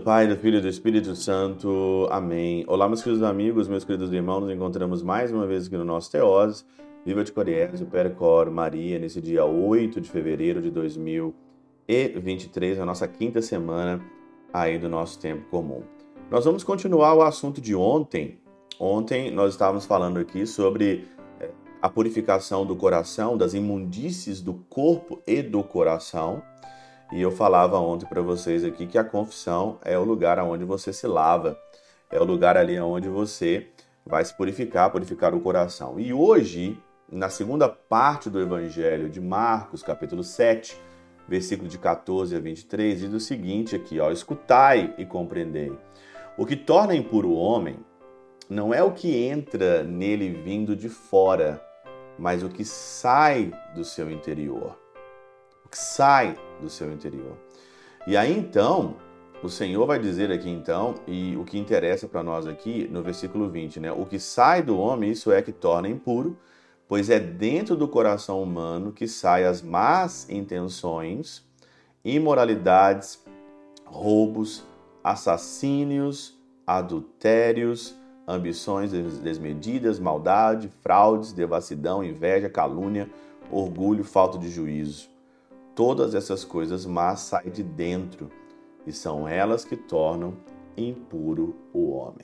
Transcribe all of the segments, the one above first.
Pai, do Filho e do Espírito Santo. Amém. Olá, meus queridos amigos, meus queridos irmãos, nos encontramos mais uma vez aqui no nosso Teoses. Viva de Coriésio, Percor, Maria, nesse dia 8 de fevereiro de 2023, a nossa quinta semana aí do nosso tempo comum. Nós vamos continuar o assunto de ontem. Ontem nós estávamos falando aqui sobre a purificação do coração, das imundícies do corpo e do coração. E eu falava ontem para vocês aqui que a confissão é o lugar onde você se lava, é o lugar ali onde você vai se purificar o coração. E hoje, na segunda parte do Evangelho de Marcos, capítulo 7, versículo de 14 a 23, diz o seguinte aqui, ó: escutai e compreendei. O que torna impuro o homem não é o que entra nele vindo de fora, mas o que sai do seu interior. O que sai do seu interior. E aí então, o Senhor vai dizer aqui então, e o que interessa para nós aqui no versículo 20, né? O que sai do homem, isso é que torna impuro, pois é dentro do coração humano que saem as más intenções, imoralidades, roubos, assassínios, adultérios, ambições desmedidas, maldade, fraudes, devassidão, inveja, calúnia, orgulho, falta de juízo. Todas essas coisas más saem de dentro e são elas que tornam impuro o homem.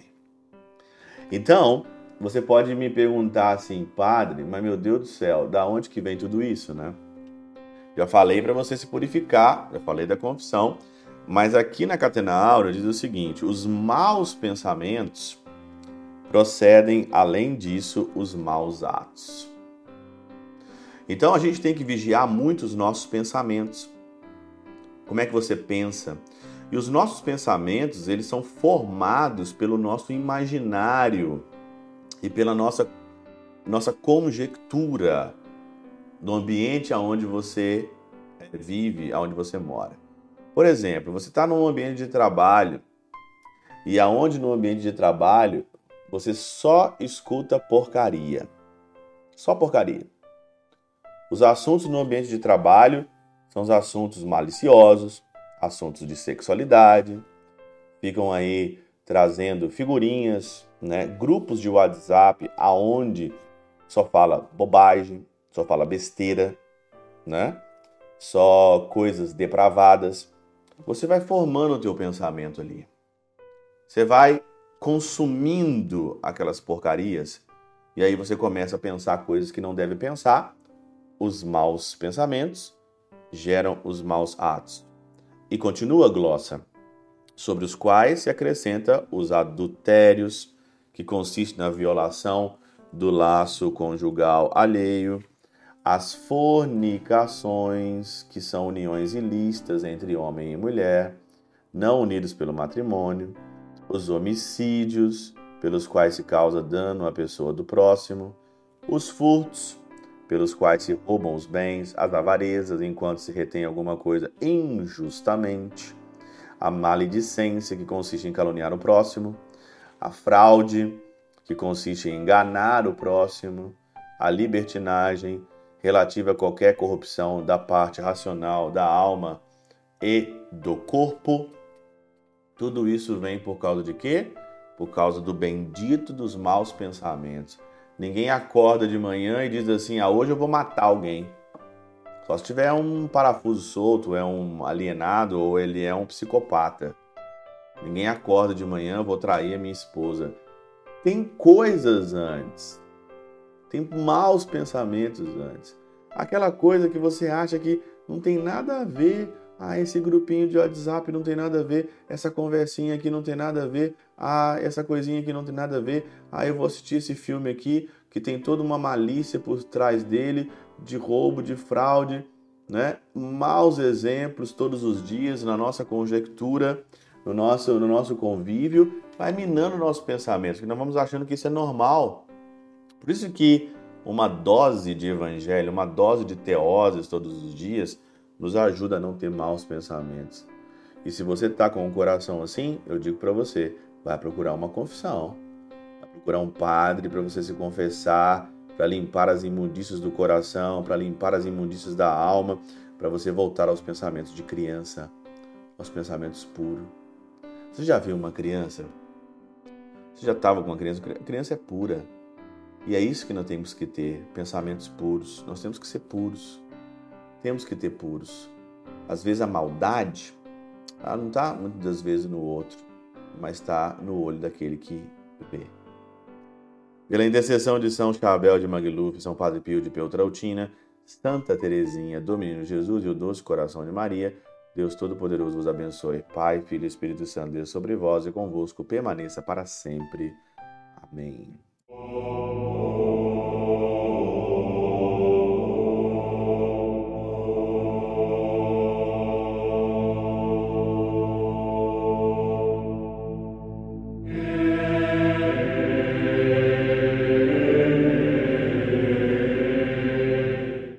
Então, você pode me perguntar assim, padre, mas meu Deus do céu, da onde que vem tudo isso, né? Já falei para você se purificar, já falei da confissão, mas aqui na Catena Áurea diz o seguinte: os maus pensamentos procedem, além disso, os maus atos. Então a gente tem que vigiar muito os nossos pensamentos. Como é que você pensa? E os nossos pensamentos, eles são formados pelo nosso imaginário e pela nossa conjectura do ambiente onde você vive, onde você mora. Por exemplo, você está num ambiente de trabalho e aonde no ambiente de trabalho você só escuta porcaria. Só porcaria. Os assuntos no ambiente de trabalho são os assuntos maliciosos, assuntos de sexualidade, ficam aí trazendo figurinhas, né? Grupos de WhatsApp aonde só fala bobagem, só fala besteira, né? Só coisas depravadas. Você vai formando o teu pensamento ali. Você vai consumindo aquelas porcarias e aí você começa a pensar coisas que não deve pensar. Os maus pensamentos geram os maus atos. E continua a glossa, sobre os quais se acrescenta os adultérios, que consiste na violação do laço conjugal alheio, as fornicações, que são uniões ilícitas entre homem e mulher, não unidos pelo matrimônio, os homicídios, pelos quais se causa dano à pessoa do próximo, os furtos, pelos quais se roubam os bens, as avarezas, enquanto se retém alguma coisa injustamente, a maledicência, que consiste em caluniar o próximo, a fraude, que consiste em enganar o próximo, a libertinagem, relativa a qualquer corrupção da parte racional da alma e do corpo. Tudo isso vem por causa de quê? Por causa do bendito dos maus pensamentos. Ninguém acorda de manhã e diz assim, hoje eu vou matar alguém. Só se tiver um parafuso solto, é um alienado ou ele é um psicopata. Ninguém acorda de manhã, vou trair a minha esposa. Tem coisas antes. Tem maus pensamentos antes. Aquela coisa que você acha que não tem nada a ver. Esse grupinho de WhatsApp não tem nada a ver, essa conversinha aqui não tem nada a ver, essa coisinha aqui não tem nada a ver, eu vou assistir esse filme aqui, que tem toda uma malícia por trás dele, de roubo, de fraude, né? Maus exemplos todos os dias na nossa conjectura, no nosso convívio, vai minando o nosso pensamento, que nós vamos achando que isso é normal. Por isso que uma dose de evangelho, uma dose de teoses todos os dias, nos ajuda a não ter maus pensamentos. E se você está com o coração assim, eu digo para você, vai procurar uma confissão. Vai procurar um padre para você se confessar, para limpar as imundícias do coração, para limpar as imundícias da alma, para você voltar aos pensamentos de criança, aos pensamentos puros. Você já viu uma criança? Você já estava com uma criança? A criança é pura. E é isso que nós temos que ter, pensamentos puros. Nós temos que ser puros. Temos que ter puros. Às vezes a maldade, ela não está muitas das vezes no outro, mas está no olho daquele que vê. Pela intercessão de São Chabel de Magluf, São Padre Pio de Peltrautina, Santa Teresinha do Menino Jesus e o Doce Coração de Maria, Deus Todo-Poderoso vos abençoe. Pai, Filho e Espírito Santo, Deus sobre vós e convosco permaneça para sempre. Amém.